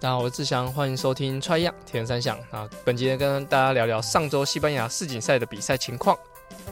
大家好，我是志祥，欢迎收听 Try 样铁人三项。本集呢，跟大家聊聊上周西班牙世锦赛的比赛情况。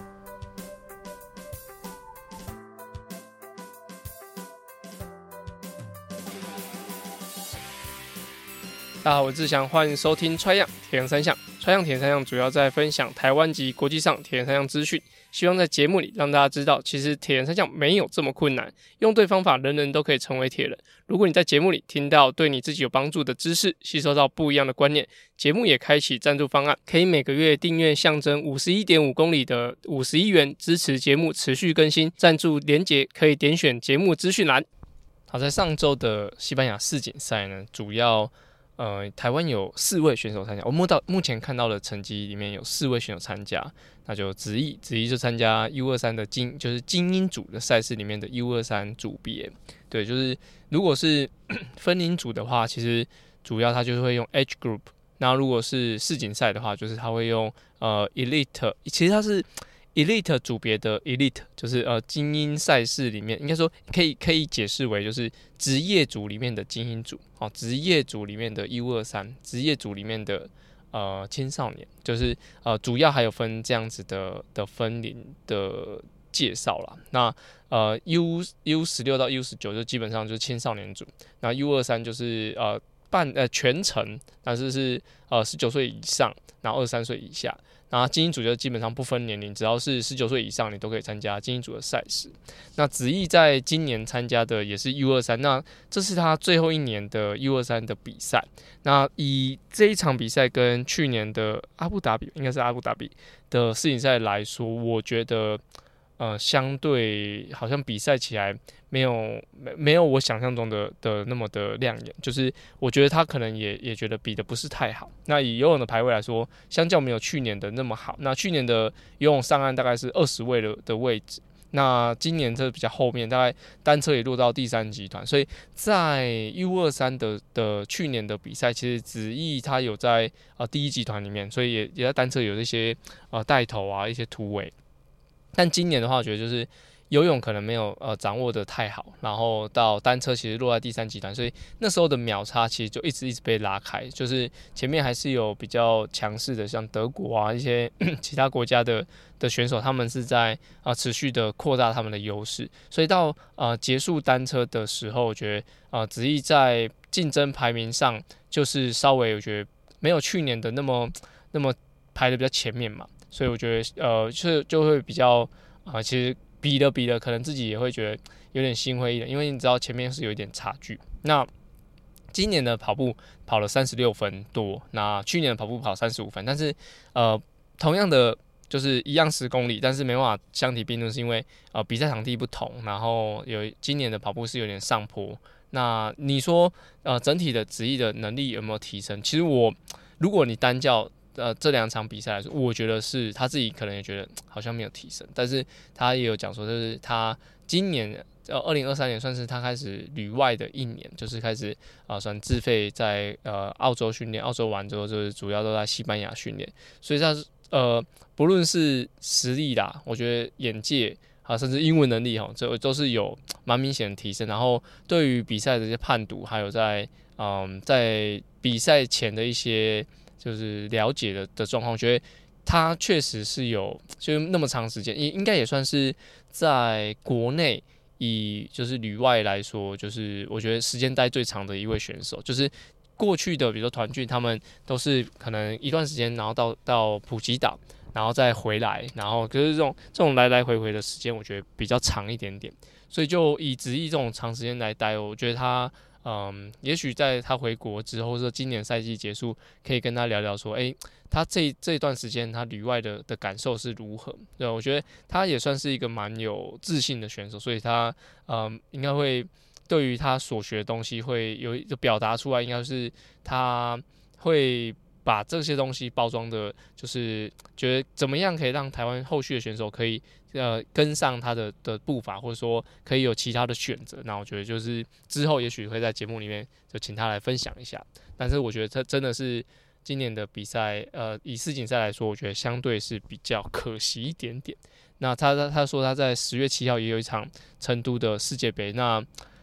大家好，我是志祥，欢迎收听 Try 样铁人三项。Try 样铁人三项主要在分享台湾及国际上铁人三项资讯，希望在节目里让大家知道，其实铁人三项没有这么困难，用对方法，人人都可以成为铁人。如果你在节目里听到对你自己有帮助的知识，吸收到不一样的观念，节目也开启赞助方案，可以每个月订阅象征 51.5 公里的51元，支持节目持续更新。赞助连结可以点选节目资讯栏。好，在上周的西班牙世锦赛呢，主要台湾有4位选手参加，我目前看到的成绩里面有4位选手参加，那就子毅就参加 U23 的就是精英组的赛事里面的 U23 组别。对，就是如果是分龄组的话，其实主要他就是会用 Age Group， 那如果是世锦赛的话，就是他会用Elite， 其实他是 Elite 组别的 Elite， 就是精英赛事里面，应该说可以解释为就是职业组里面的精英组，职业组里面的 U23， 职业组里面的青少年，就是主要还有分这样子的分龄的介绍啦。那U16 到 U19 就基本上就是青少年组，那 U23 就是全程，但是19岁以上，然后23岁以下。然后精英组就基本上不分年龄，只要是19岁以上，你都可以参加精英组的赛事。那子毅在今年参加的也是 U23， 那这是他最后一年的 U23 的比赛。那以这一场比赛跟去年的应该是阿布达比的世锦赛来说，我觉得相对好像比赛起来没有我想象中的那么的亮眼，就是我觉得他可能也觉得比的不是太好。那以游泳的排位来说，相较没有去年的那么好。那去年的游泳上岸大概是20位的位置，那今年这比较后面，大概单车也落到第3集团，所以在 U23 的去年的比赛，其实子毅他有在第1集团里面，所以也在单车有一些带头啊，一些突围。但今年的话，我觉得就是游泳可能没有掌握的太好，然后到单车其实落在第3集团，所以那时候的秒差其实就一直被拉开，就是前面还是有比较强势的，像德国啊一些其他国家的选手，他们是在持续的扩大他们的优势，所以到结束单车的时候，我觉得子毅在竞争排名上就是稍微我觉得没有去年的那么排的比较前面嘛。所以我觉得就会比较其实比了，可能自己也会觉得有点心灰意冷，因为你知道前面是有一点差距。那今年的跑步跑了36分多，那去年的跑步跑35分，但是同样的就是一样10公里，但是没办法相提并论，是因为比赛场地不同，然后今年的跑步是有点上坡。那你说整体的子毅的能力有没有提升？其实如果你单叫这2场比赛来说，我觉得是他自己可能也觉得好像没有提升，但是他也有讲说，就是他今年2023年算是他开始旅外的一年，就是开始算自费在澳洲训练，澳洲完之后就是主要都在西班牙训练，所以他不论是实力啦，我觉得眼界甚至英文能力这都是有蛮明显的提升，然后对于比赛的这些判读，还有在比赛前的一些就是了解的状况，我觉得他确实是有，就是那么长时间，应该也算是在国内以就是旅外来说，就是我觉得时间待最长的一位选手。就是过去的比如说团训，他们都是可能一段时间，然后到普吉岛，然后再回来，然后可是这种来来回回的时间，我觉得比较长一点点。所以就以子毅这种长时间来待，我觉得他也许在他回国之后，或者说今年赛季结束，可以跟他聊聊说，他这段时间他旅外的感受是如何？对，我觉得他也算是一个蛮有自信的选手，所以他应该会对于他所学的东西会有一个表达出来，应该是他会把这些东西包装的，就是觉得怎么样可以让台湾后续的选手可以跟上他的步伐，或者说可以有其他的选择。那我觉得就是之后也许会在节目里面就请他来分享一下。但是我觉得他真的是今年的比赛，以世锦赛来说，我觉得相对是比较可惜一点点。那他说他在10月7号也有一场成都的世界杯，那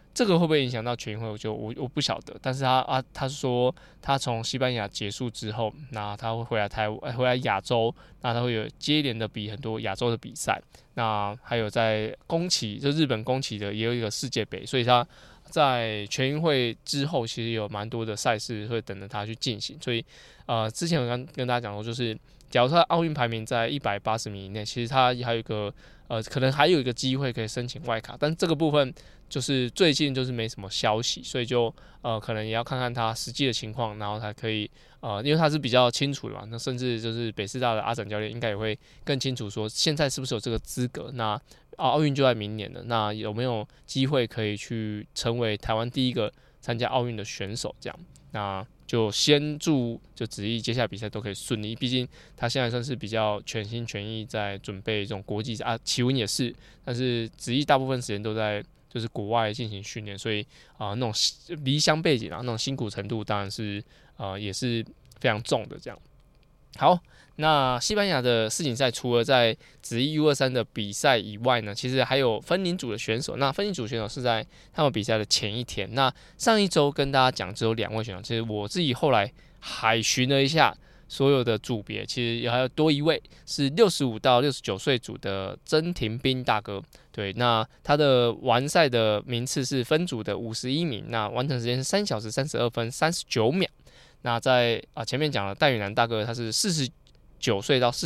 这个会不会影响到全运会？我不晓得。但是他说他从西班牙结束之后，那他会回来亚洲，那他会有接连的比很多亚洲的比赛。那还有在宫崎，就日本宫崎的也有一个世界杯，所以他在全运会之后，其实有蛮多的赛事会等着他去进行。所以之前我跟大家讲过，就是假如他奥运排名在180名以内，其实他还有一个可能还有一个机会可以申请外卡，但这个部分就是最近就是没什么消息，所以就可能也要看看他实际的情况，然后才可以因为他是比较清楚的嘛，那甚至就是北师大的阿展教练应该也会更清楚说现在是不是有这个资格。那奥运就在明年了，那有没有机会可以去成为台湾第一个参加奥运的选手？这样，那就先祝就子毅接下来比赛都可以顺利，毕竟他现在算是比较全心全意在准备这种国际奇文也是，但是子毅大部分时间都在就是国外进行训练，所以那种离乡背景那种辛苦程度当然是也是非常重的这样。好，那西班牙的世锦赛除了在子毅 U23 的比赛以外呢，其实还有分龄组的选手。那分龄组选手是在他们比赛的前一天。那上一周跟大家讲只有2位选手，其实我自己后来海巡了一下所有的组别，其实也还有多一位是65到69岁组的曾廷斌大哥。对，那他的完赛的名次是分组的51名，那完成时间是3小时32分39秒。那在前面讲了戴宇南大哥，他是45岁到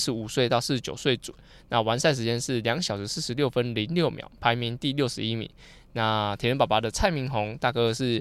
49岁组，那完赛时间是2小时46分06秒，排名第61名。那铁人爸爸的蔡明宏大哥是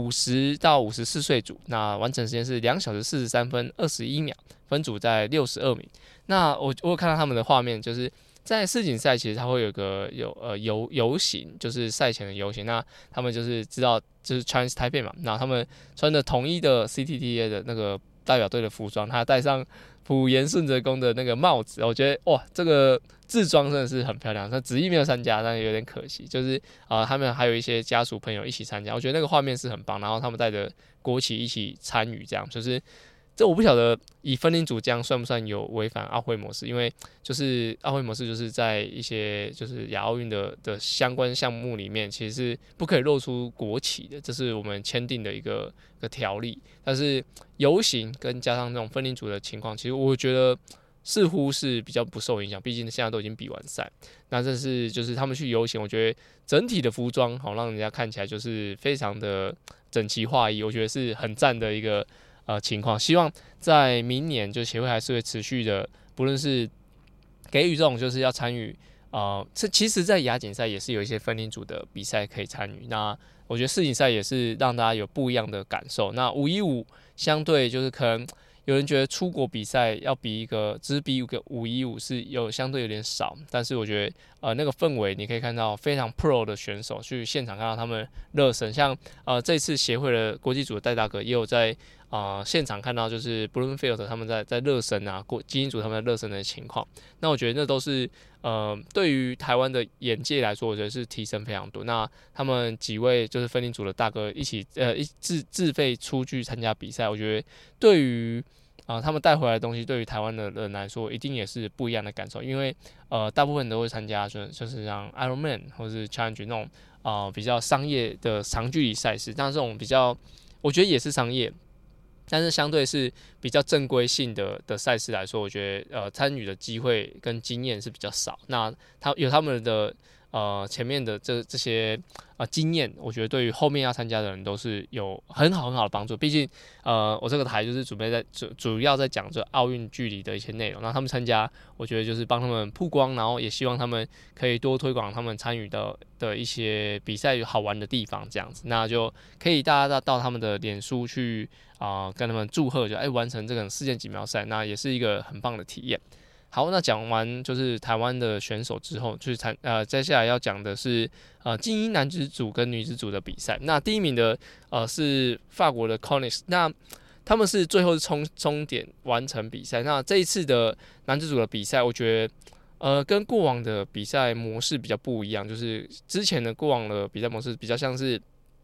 50到54岁组，那完成时间是2小时43分21秒，分组在62名。那我有看到他们的画面，就是在世锦赛，其实他会有个游行，就是赛前的游行。那他们就是知道就是 Chinese Taipei 嘛，那他们穿的统一的 CTTA 的那个代表队的服装，他戴上浦沿顺泽宫的那个帽子，我觉得哇，这个制装真的是很漂亮。那子毅没有参加，但有点可惜，就是他们还有一些家属朋友一起参加，我觉得那个画面是很棒。然后他们带着国旗一起参与，这样就是。这我不晓得以分龄组这样算不算有违反奥会模式，因为就是奥会模式就是在一些就是亚奥运的相关项目里面，其实是不可以露出国旗的，这是我们签订的一个条例。但是游行跟加上那种分龄组的情况，其实我觉得似乎是比较不受影响，毕竟现在都已经比完赛。那这是就是他们去游行，我觉得整体的服装好让人家看起来就是非常的整齐划一，我觉得是很赞的一个。情况，希望在明年就协会还是会持续的，不论是给予这种就是要参与，其实，在亚锦赛也是有一些分龄组的比赛可以参与。那我觉得世锦赛也是让大家有不一样的感受。那515相对就是可能有人觉得出国比赛要比一个只比一个515是相对有点少，但是我觉得那个氛围你可以看到非常 pro 的选手去现场看到他们热身，像这次协会的国际组的戴大哥也有在。现场看到就是 Bloomfield 他们在热身精英组他们在热身的情况，那我觉得那都是对于台湾的眼界来说，我觉得是提升非常多。那他们几位就是分龄组的大哥一起自费出去参加比赛，我觉得对于他们带回来的东西，对于台湾的人来说，一定也是不一样的感受，因为大部分都会参加就是像 Ironman 或是 Challenge 那种比较商业的长距离赛事，但这种比较我觉得也是商业。但是相对是比较正规性的赛事来说，我觉得参与的机会跟经验是比较少。那他们的前面的这些经验，我觉得对于后面要参加的人都是有很好的帮助。毕竟我这个台就是准备主要在讲这奥运距离的一些内容。那他们参加，我觉得就是帮他们曝光，然后也希望他们可以多推广他们参与的一些比赛好玩的地方，这样子，那就可以大家到他们的脸书去跟他们祝贺，就完成这个世界锦标赛，那也是一个很棒的体验。好，那讲完就是台湾的选手之后，就是接下来要讲的是精英男子组跟女子组的比赛。那第一名的是法国的 Connex， 那他们是最后是终点完成比赛。那这一次的男子组的比赛，我觉得跟过往的比赛模式比较不一样，就是之前的过往的比赛模式比较像是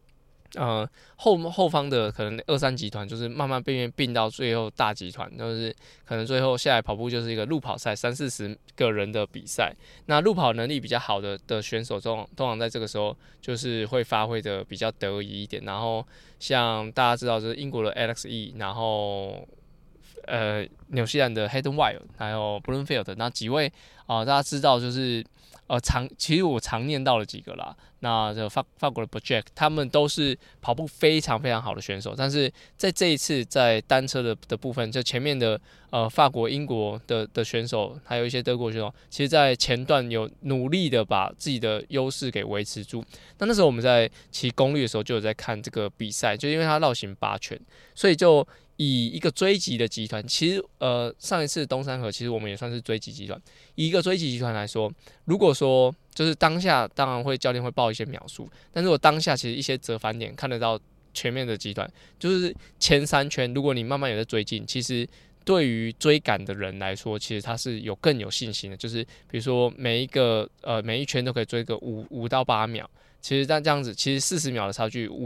后方的可能2、3集团就是慢慢并到最后大集团，就是可能最后下来跑步就是一个路跑赛，30-40个人的比赛。那路跑能力比较好的选手通常在这个时候就是会发挥的比较得意一点。然后像大家知道就是英国的 Alex E， 然后纽西兰的 Hayden Wilde， 还有 Bloomfield 那几位大家知道就是其实我常念到了几个啦。那这法国的 Project， 他们都是跑步非常非常好的选手，但是在这一次在单车的部分，就前面的法国、英国的选手，还有一些德国选手，其实在前段有努力的把自己的优势给维持住。那时候我们在骑攻略的时候就有在看这个比赛，就因为它绕行8圈，所以就以一个追击的集团，其实上一次东山河其实我们也算是追击集团。以一个追击集团来说，如果说就是当下当然教练会报一些描述，但如果当下其实一些折返点看得到全面的集团，就是前3圈，如果你慢慢有在追进，其实对于追赶的人来说，其实他是更有信心的。就是比如说每一圈都可以追个5到8秒，其实这样子，其实40秒的差距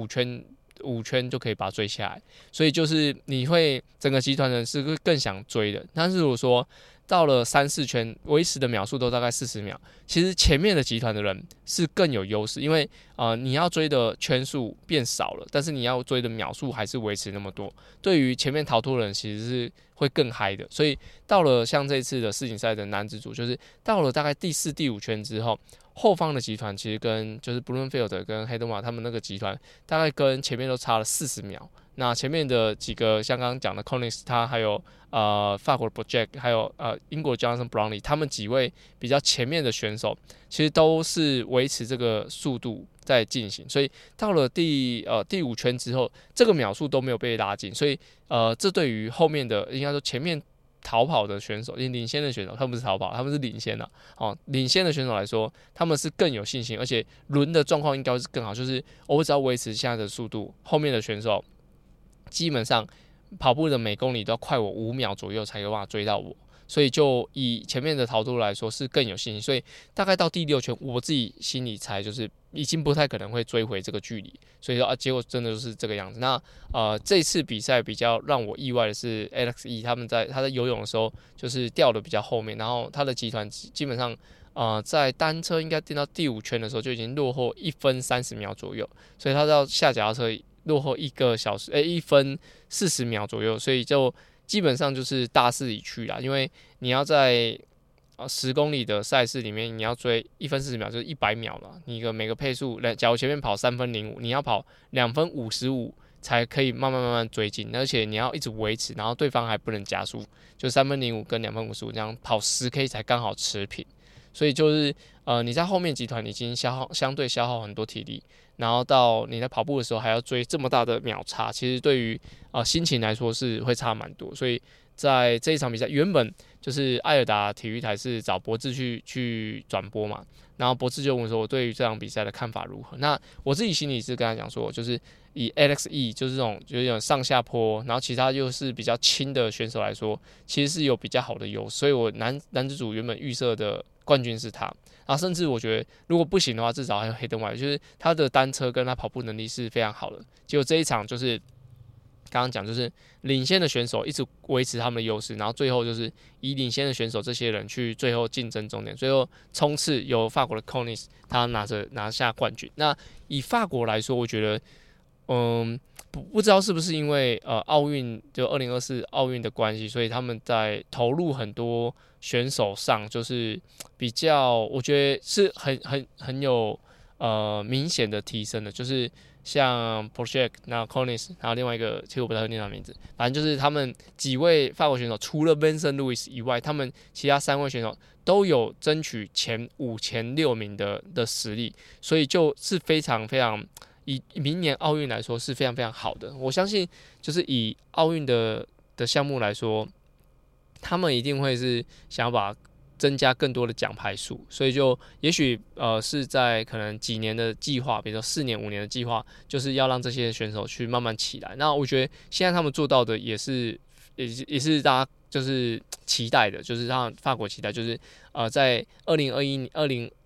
5圈就可以把它追下来，所以就是你会整个集团人是更想追的。但是如果说到了3-4圈，维持的秒数都大概40秒，其实前面的集团的人是更有优势，因为你要追的圈数变少了，但是你要追的秒数还是维持那么多，对于前面逃脱的人其实是会更嗨的。所以到了像这一次的世锦赛的男子组，就是到了大概第4、第5圈之后，后方的集团其实跟就是 Bloomfield 跟黑登马他们那个集团大概跟前面都差了40秒。那前面的几个像刚刚讲的 Collins， 他还有法国的 Project， 还有英国 Jonathan Brownlee， 他们几位比较前面的选手，其实都是维持这个速度在进行。所以到了第5圈之后，这个秒数都没有被拉近，所以这对于后面的应该说前面逃跑的选手，领先的选手，他们不是逃跑，他们是领先的。领先的选手来说，他们是更有信心，而且轮的状况应该是更好。就是我只要维持现在的速度，后面的选手基本上跑步的每公里都要快我5秒左右才有办法追到我，所以就以前面的逃脱来说是更有信心。所以大概到第6圈，我自己心里猜就是已经不太可能会追回这个距离，所以说结果真的就是这个样子。那这次比赛比较让我意外的是 Alex E 他在游泳的时候就是掉的比较后面，然后他的集团基本上在单车应该进到第5圈的时候就已经落后1分30秒左右，所以他到下脚踏车落后1分40秒左右，所以就基本上就是大势已去啦。因为你要在10公里的赛事里面，你要追1分40秒，就是100秒嘛。你每个配速，假如前面跑3分05，你要跑2分55才可以慢慢追进，而且你要一直维持，然后对方还不能加速，就3分05跟2分55这样跑10K 才刚好持平。所以就是你在后面集团已经相对消耗很多体力，然后到你在跑步的时候还要追这么大的秒差，其实对于心情来说是会差蛮多。所以在这一场比赛，原本就是艾尔达体育台是找博智去转播嘛，然后博智就问说我对于这场比赛的看法如何。那我自己心里是跟他讲说，就是以 Alex E 就是这种有点上下坡，然后其他又是比较轻的选手来说，其实是有比较好的优势。所以我男子组原本预设的冠军是他，然后甚至我觉得如果不行的话，至少还有黑登外，就是他的单车跟他跑步能力是非常好的。结果这一场就是刚刚讲，就是领先的选手一直维持他们的优势，然后最后就是以领先的选手这些人去最后竞争终点，最后冲刺由法国的 Collins 他拿下冠军。那以法国来说，我觉得不知道是不是因为奥运就2024奥运的关系，所以他们在投入很多选手上，就是比较我觉得是很有明显的提升的，就是像 Project 那 Collins， 还有另外一个其实我不太会念他名字，反正就是他们几位法国选手，除了 Vincent Luis 以外，他们其他3位选手都有争取前5、前6名的实力，所以就是非常非常。以明年奥运来说是非常非常好的，我相信就是以奥运的项目来说，他们一定会是想要增加更多的奖牌数，所以就也许是在可能几年的计划，比如说4年5年的计划，就是要让这些选手去慢慢起来。那我觉得现在他们做到的也是大家就是期待的，就是让法国期待，就是在2021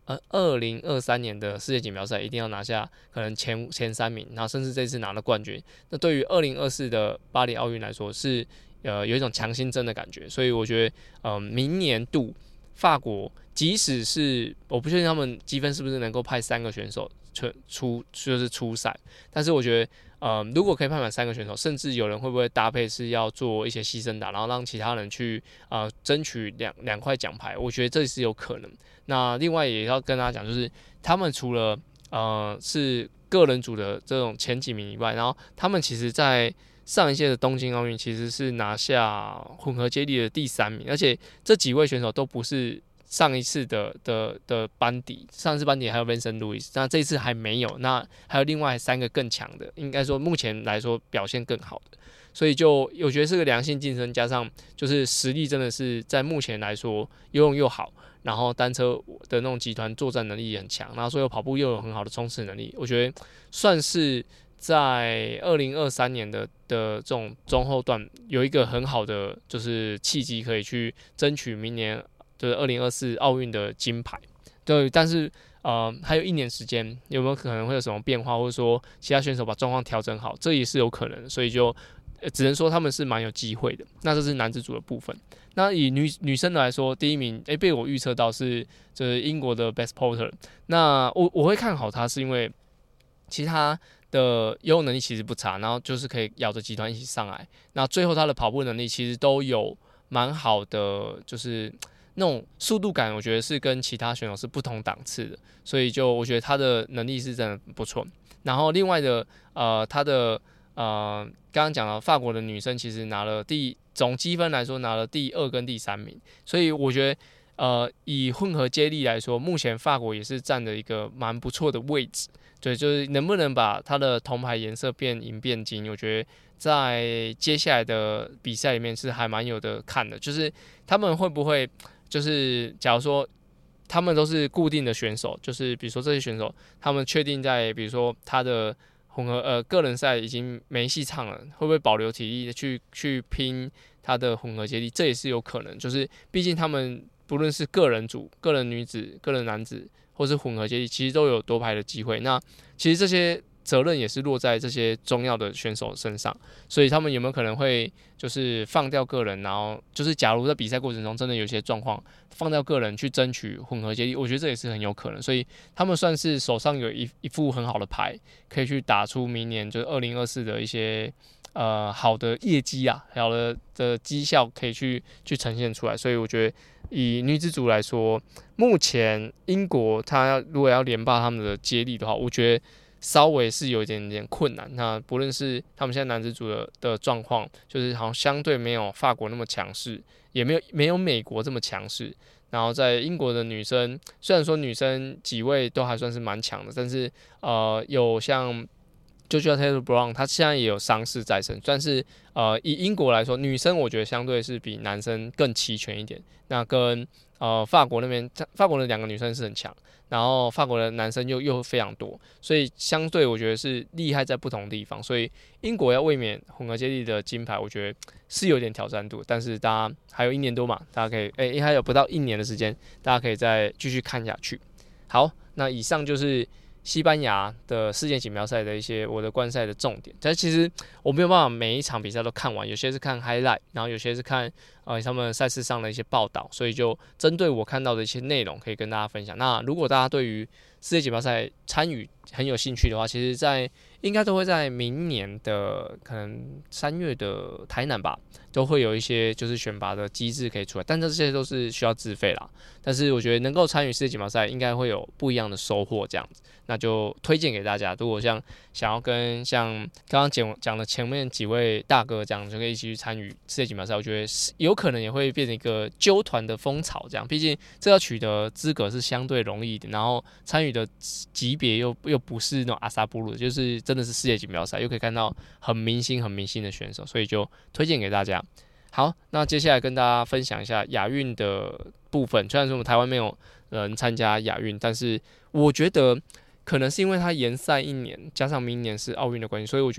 2023年的世界锦标赛一定要拿下可能前3名，然后甚至这次拿了冠军。那对于2024的巴黎奥运来说是有一种强心针的感觉，所以我觉得明年度法国即使是我不确定他们积分是不是能够派3个选手出赛，但是我觉得如果可以派满3个选手，甚至有人会不会搭配是要做一些牺牲打，然后让其他人去争取两块奖牌，我觉得这是有可能。那另外也要跟大家讲，就是他们除了是个人组的这种前几名以外，然后他们其实在上一届的东京奥运其实是拿下混合接力的第3名，而且这几位选手都不是上一次的班底，上一次班底还有 Vincent Luis， 那这一次还没有，那还有另外3个更强的，应该说目前来说表现更好的，所以就我觉得是个良性竞争，加上就是实力真的是在目前来说游泳又好，然后单车的那种集团作战能力也很强，然后所有跑步又有很好的冲刺能力，我觉得算是在2023年的这种中后段有一个很好的就是契机，可以去争取明年就是2024奥运的金牌。对，但是还有1年时间，有没有可能会有什么变化，或者说其他选手把状况调整好，这也是有可能，所以就只能说他们是蛮有机会的。那这是男子组的部分。那以女生来说，第1名被我预测到是就是英国的 Beth Potter。那我会看好她，是因为其实她的游泳能力其实不差，然后就是可以咬着集团一起上来。那最后她的跑步能力其实都有蛮好的，就是那种速度感，我觉得是跟其他选手是不同档次的，所以就我觉得他的能力是真的不错。然后另外的他的刚刚讲了法国的女生其实拿了总积分来说拿了第2跟第3名，所以我觉得以混合接力来说，目前法国也是占了一个蛮不错的位置。对，就是能不能把他的铜牌颜色变银变金，我觉得在接下来的比赛里面是还蛮有的看的，就是他们会不会就是假如说他们都是固定的选手，就是比如说这些选手他们确定在比如说他的混合个人赛已经没戏唱了，会不会保留体力去拼他的混合接力？这也是有可能，就是毕竟他们不论是个人组、个人女子、个人男子，或是混合接力，其实都有夺牌的机会。那其实这些责任也是落在这些重要的选手身上，所以他们有没有可能会就是放掉个人，然后就是假如在比赛过程中真的有些状况，放掉个人去争取混合接力，我觉得这也是很有可能。所以他们算是手上有一副很好的牌，可以去打出明年就是2024的一些好的业绩啊，好的绩效可以去呈现出来。所以我觉得以女子组来说，目前英国他如果要连霸他们的接力的话，我觉得稍微是有一点点困难。那不论是他们现在男子组的状况，就是好像相对没有法国那么强势，也没有美国这么强势。然后在英国的女生，虽然说女生几位都还算是蛮强的，但是有像JoJo Taylor-Brown， 她现在也有伤势在身，但是以英国来说，女生我觉得相对是比男生更齐全一点。那跟法国那边，法国的2个女生是很强，然后法国的男生又非常多，所以相对我觉得是厉害在不同地方。所以英国要卫冕混合接力的金牌，我觉得是有点挑战度，但是大家还有1年多嘛，大家可以还有不到1年的时间，大家可以再继续看下去。好，那以上就是西班牙的世界锦标赛的一些我的观赛的重点，但其实我没有办法每一场比赛都看完，有些是看 highlight， 然后有些是看他们赛事上的一些报道，所以就针对我看到的一些内容可以跟大家分享。那如果大家对于世界锦标赛参与很有兴趣的话，其实应该都会在明年的可能3月的台南吧，都会有一些就是选拔的机制可以出来，但这些都是需要自费啦。但是我觉得能够参与世界锦标赛，应该会有不一样的收获，这样子，那就推荐给大家。如果想要跟像刚刚讲的前面几位大哥这样，就可以一起去参与世界锦标赛，我觉得有可能也会变成一个揪团的风潮，这样。毕竟这要取得资格是相对容易一点，然后参与的级别又不是那种阿萨布鲁，就是真的是世界锦标赛，又可以看到很明星的选手，所以就推荐给大家。好，那接下来跟大家分享一下亚运的部分。虽然说我们台湾没有人参加亚运，但是我觉得可能是因为它延赛1年，加上明年是奥运的关系，所以我觉得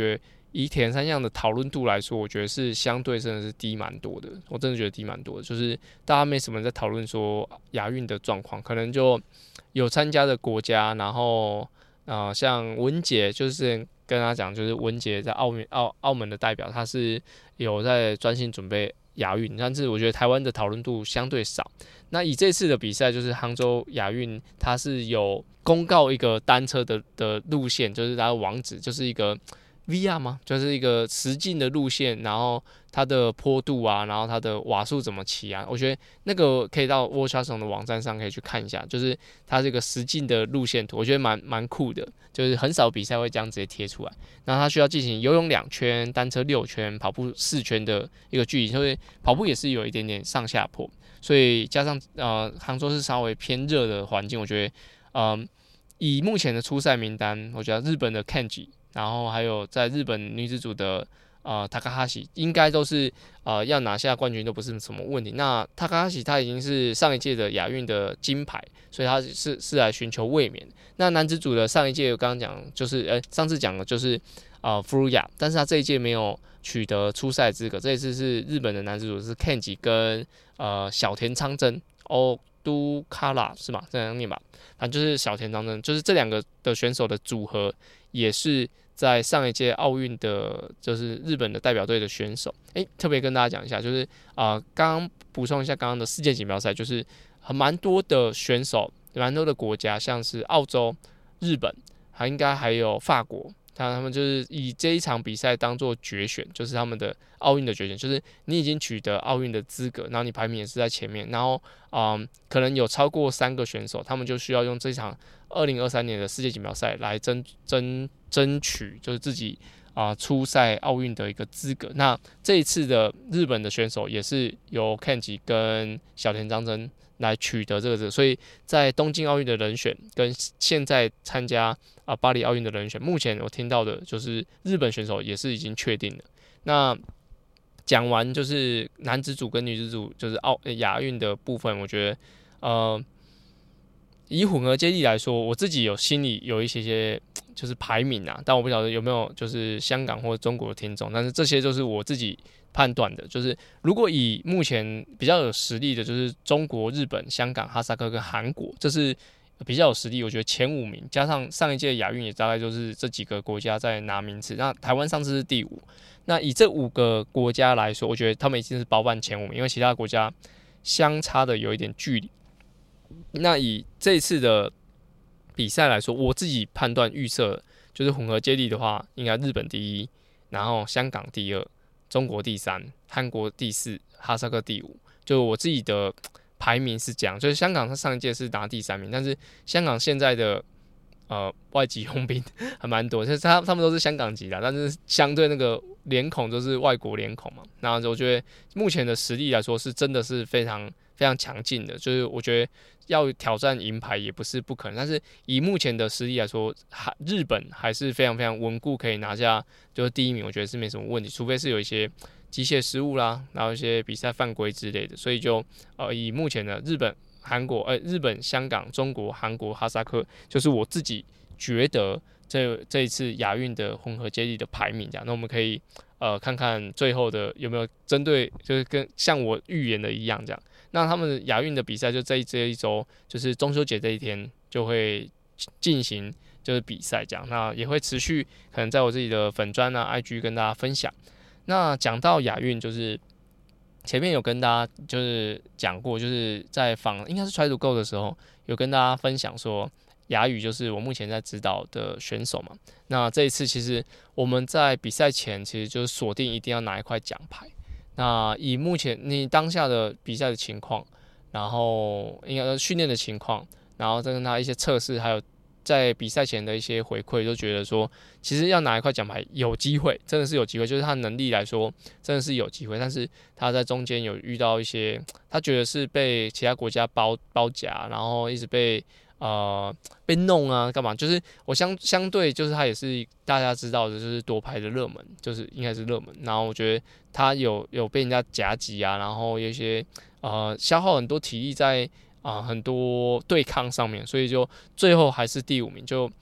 以铁人三项的讨论度来说，我觉得是相对真的是低蛮多的。我真的觉得低蛮多的，就是大家没什么人在讨论说亚运的状况，可能就有参加的国家，然后像文杰，就是跟他讲，就是文杰在澳门的代表，他是有在专心准备亚运，但是我觉得台湾的讨论度相对少。那以这次的比赛，就是杭州亚运，它是有公告一个单车的路线，就是它的网址，就是一个 VR 吗？就是一个实境的路线，然后它的坡度啊，然后它的瓦数怎么骑啊？我觉得那个可以到 World Triathlon 的网站上可以去看一下，就是它这个实境的路线图，我觉得蛮酷的，就是很少比赛会这样直接贴出来。那它需要进行游泳2圈、单车6圈、跑步4圈的一个距离，所以跑步也是有一点点上下坡。所以加上杭州是稍微偏热的环境，我觉得以目前的初赛名单，我觉得日本的 Kenji， 然后还有在日本女子组的Takahashi， 应该都是要拿下冠军都不是什么问题。那 Takahashi 他已经是上一届的亚运的金牌，所以他是来寻求卫冕。那男子组的上一届我刚刚讲就是上次讲的就是Furuya， 但是他这一届没有取得初赛资格。这一次是日本的男子组是 Kenji 跟小田昌真都卡拉是吗？这样念吧，反正就是小田昌真，就是这2个的选手的组合，也是在上一届奥运的，就是日本的代表队的选手。特别跟大家讲一下，就是刚刚补充一下刚刚的世界锦标赛，就是蛮多的选手，蛮多的国家，像是澳洲、日本，应该还有法国。他们就是以这一场比赛当做决选，就是他们的奥运的决选，就是你已经取得奥运的资格，然后你排名也是在前面，然后可能有超过3个选手，他们就需要用这场2023年的世界锦标赛来争取，就是自己出赛奥运的一个资格。那这一次的日本的选手也是由 Kenji 跟小田章真来取得这个，所以在东京奥运的人选跟现在参加巴黎奥运的人选，目前我听到的就是日本选手也是已经确定了。那讲完就是男子组跟女子组就是亚运的部分，我觉得以混合接力来说，我自己心里有一些就是排名啊，但我不晓得有没有就是香港或者中国的听众，但是这些就是我自己判断的，就是如果以目前比较有实力的，就是中国、日本、香港、哈萨克跟韩国，这是比较有实力，我觉得前5名，加上上一届亚运也大概就是这几个国家在拿名次，那台湾上次是第5，那以这5个国家来说，我觉得他们已经是包办前5名，因为其他国家相差的有一点距离。那以这一次的比赛来说，我自己判断预测就是混合接力的话，应该日本第1，然后香港第2，中国第3，韩国第4，哈萨克第5。就我自己的排名是这样，就是香港他上一届是拿第3名，但是香港现在的外籍佣兵还蛮多，就是他们都是香港籍的，但是相对那个脸孔都是外国脸孔嘛。那我觉得目前的实力来说，是真的是非常非常强劲的，就是我觉得要挑战银牌也不是不可能，但是以目前的实力来说，日本还是非常非常稳固，可以拿下就是第1名，我觉得是没什么问题，除非是有一些机械失误啦，然后一些比赛犯规之类的，所以就以目前的日本、日本、香港、中国、韩国、哈萨克，就是我自己觉得这一次亚运的混合接力的排名这样，那我们可以看看最后的有没有针对，就是跟像我预言的一样这样。那他们亚运的比赛就这一周，就是中秋节这一天就会进行就是比赛这样，那也会持续可能在我自己的粉专IG 跟大家分享。那讲到亚运，就是前面有跟大家就是讲过，就是在应该是 Try to Go 的时候，有跟大家分享说，雅宇就是我目前在指导的选手嘛。那这一次其实我们在比赛前其实就是锁定一定要拿一块奖牌。那以目前你当下的比赛的情况，然后应该说训练的情况，然后再跟他一些测试，还有在比赛前的一些回馈，就觉得说，其实要拿一块奖牌有机会，真的是有机会，就是他能力来说真的是有机会，但是他在中间有遇到一些，他觉得是被其他国家包夹，然后一直被弄啊干嘛，就是我相对就是他也是大家知道的，就是夺牌的热门，就是应该是热门，然后我觉得他有被人家夹击啊，然后有一些消耗很多体力在很多对抗上面，所以就最后还是第5名。就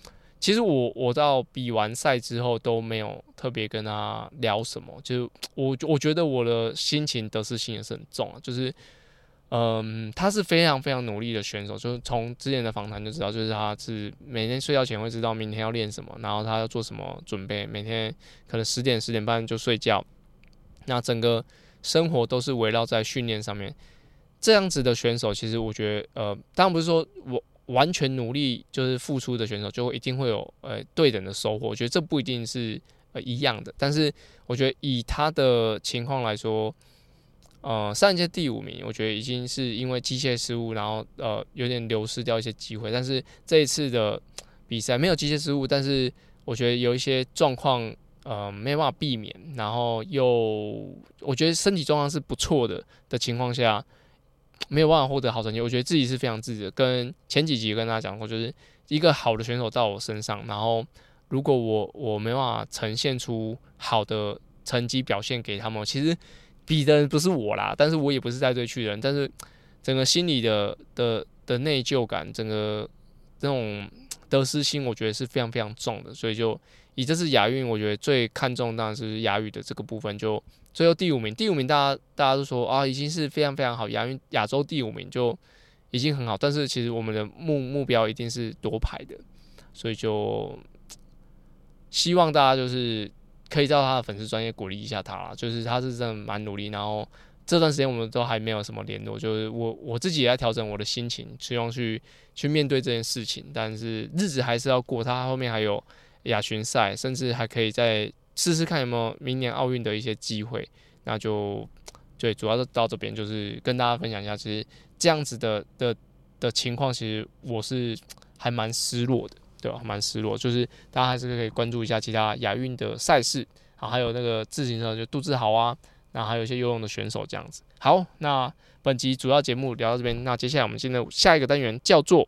其实我到比完赛之后都没有特别跟他聊什么，就是我觉得我的心情得失心也是很重啊，就是他是非常非常努力的选手，就是从之前的访谈就知道，就是他是每天睡觉前会知道明天要练什么，然后他要做什么准备，每天可能10点10点半就睡觉，那整个生活都是围绕在训练上面。这样子的选手，其实我觉得当然不是说我完全努力就是付出的选手就一定会有对等的收获，我觉得这不一定是一样的，但是我觉得以他的情况来说。上一届第5名，我觉得已经是因为机械失误，然后有点流失掉一些机会。但是这一次的比赛没有机械失误，但是我觉得有一些状况没有办法避免，然后我觉得身体状况是不错的情况下，没有办法获得好成绩。我觉得自己是非常自责，跟前几集跟大家讲过，就是一个好的选手到我身上，然后如果我没办法呈现出好的成绩表现给他们，其实。比的人不是我啦，但是我也不是带队去的人，但是整个心里的内疚感，整个这种得失心，我觉得是非常非常重的，所以就以这次亚运，我觉得最看重当然是亚运的这个部分，就最后第5名，第5名大家都说啊，已经是非常非常好，亚洲第5名就已经很好，但是其实我们的目标一定是夺牌的，所以就希望大家就是。可以到他的粉丝专页鼓励一下他啦，就是他是真的蛮努力，然后这段时间我们都还没有什么联络，就是我自己也在调整我的心情，希望去面对这件事情，但是日子还是要过，他后面还有亚巡赛，甚至还可以再试试看有没有明年奥运的一些机会，那就对，主要是到这边就是跟大家分享一下，其实这样子的情况，其实我是还蛮失落的。对吧？蛮失落，就是大家还是可以关注一下其他亚运的赛事，好，还有那个自行车就杜志豪啊，然后还有一些游泳的选手这样子。好，那本集主要节目聊到这边，那接下来我们进入下一个单元，叫做。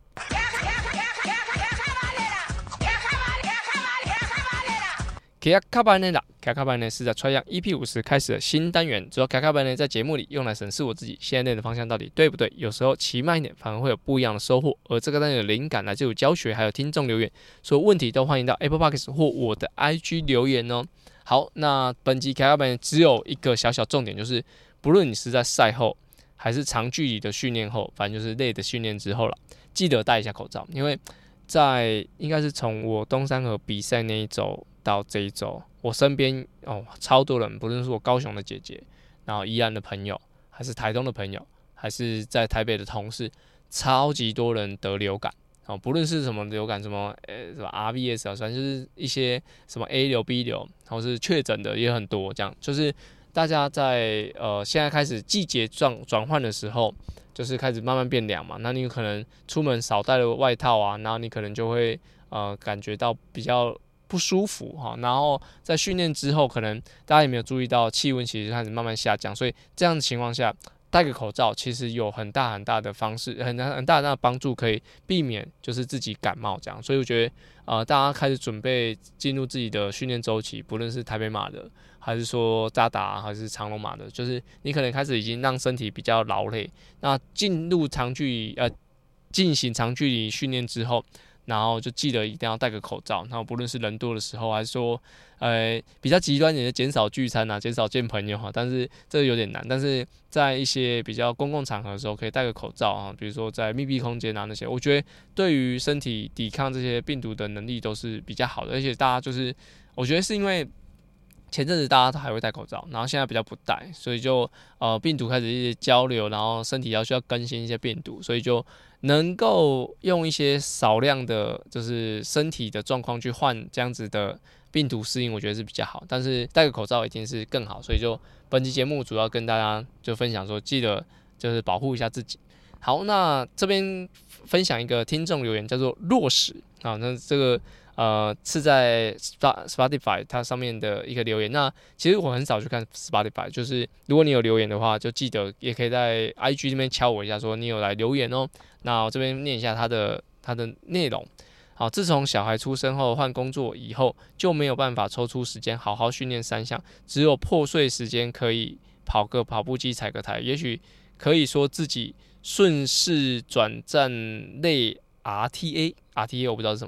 卡巴内拉，卡巴内是在穿样 EP50开始的新单元，主要卡巴内在节目里用来审视我自己现在练的方向到底对不对，有时候骑慢一点反而会有不一样的收获。而这个单元的灵感来自于教学，还有听众留言，所有问题都欢迎到 Apple Podcast 或我的 IG 留言哦。好，那本集卡巴内只有一个小小重点，就是不论你是在赛后还是长距离的训练后，反正就是累的训练之后了，记得戴一下口罩，因为在应该是从我东山河比赛那一周。到这一周，我身边超多人，不论是我高雄的姐姐，然后宜兰的朋友，还是台东的朋友，还是在台北的同事，超级多人得流感。不论是什么流感，什么RVS 啊，反正就是一些什么 A 流、B 流，然后是确诊的也很多，这样就是大家在现在开始季节转换的时候，就是开始慢慢变凉嘛，那你可能出门少带了外套啊，然后你可能就会感觉到比较。不舒服哈，然后在训练之后，可能大家也没有注意到气温其实开始慢慢下降，所以这样的情况下，戴个口罩其实有很大的方式，很大的帮助，可以避免就是自己感冒这样。所以我觉得大家开始准备进入自己的训练周期，不论是台北马的，还是说渣打，还是长龙马的，就是你可能开始已经让身体比较劳累，那进行长距离训练之后。然后就记得一定要戴个口罩，然后不论是人多的时候，还是说，比较极端一点的减少聚餐啊，减少见朋友哈，但是这个有点难。但是在一些比较公共场合的时候，可以戴个口罩啊，比如说在密闭空间啊那些，我觉得对于身体抵抗这些病毒的能力都是比较好的。而且大家就是，我觉得是因为前阵子大家都还会戴口罩，然后现在比较不戴，所以就病毒开始一些交流，然后身体需要更新一些病毒，所以就能够用一些少量的，就是身体的状况去换这样子的病毒适应，我觉得是比较好。但是戴个口罩一定是更好，所以就本期节目主要跟大家就分享说，记得就是保护一下自己。好，那这边分享一个听众留言，叫做落实啊，那这个。是在 Spotify 它上面的一个留言。那其实我很少去看 Spotify， 就是如果你有留言的话，就记得也可以在 IG 这边敲我一下，说你有来留言哦。那我这边念一下它的内容。好，自从小孩出生后换工作以后，就没有办法抽出时间好好训练3项，只有破碎时间可以跑个跑步机、踩个台，也许可以说自己顺势转战类 RTA 我不知道是什么。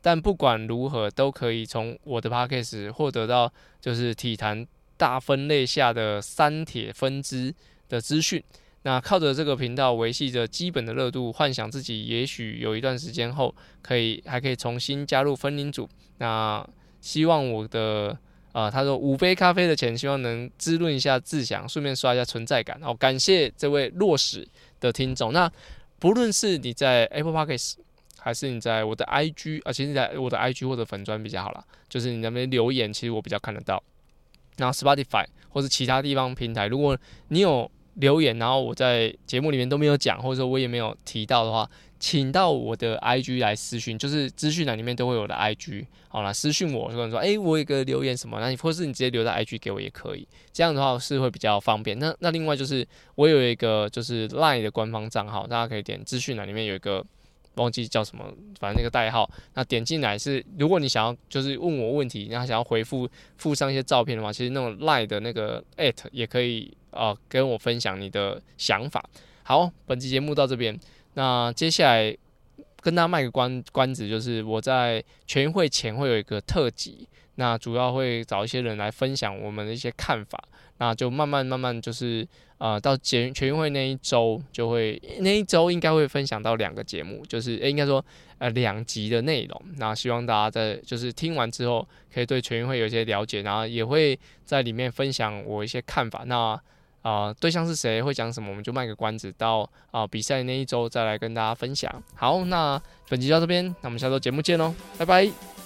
但不管如何，都可以从我的 podcast 获得到就是体坛大分类下的三铁分支的资讯。那靠着这个频道维系着基本的热度，幻想自己也许有一段时间后还可以重新加入分龄组。那希望我的他说5杯咖啡的钱，希望能滋润一下志祥，顺便刷一下存在感。感谢这位落史的听众。那不论是你在 Apple Podcast 还是你在我的 IG 其实你在我的 IG 或者粉专比较好啦，就是你那边留言，其实我比较看得到。然后 Spotify 或是其他地方平台，如果你有留言，然后我在节目里面都没有讲，或者说我也没有提到的话，请到我的 IG 来私讯，就是资讯栏里面都会有我的 IG， 好啦，私讯我，说我有一个留言什么，那你或是你直接留在 IG 给我也可以，这样的话是会比较方便。那另外就是我有一个就是 LINE 的官方账号，大家可以点资讯栏里面有一个。忘记叫什么，反正那个代号，那点进来是，如果你想要就是问我问题，然后想要回复附上一些照片的话，其实那种 LINE 的那个 at 也可以跟我分享你的想法。好，本期节目到这边，那接下来跟大家卖个关子，就是我在全运会前会有一个特辑，那主要会找一些人来分享我们的一些看法，那就慢慢就是到全运会那一周应该会分享到2个节目，就是应该说2集的内容。那希望大家在就是听完之后可以对全运会有一些了解，然后也会在里面分享我一些看法。那对象是谁，会讲什么，我们就卖个关子，到比赛那一周再来跟大家分享。好，那本集到这边，那我们下周节目见喽，拜拜。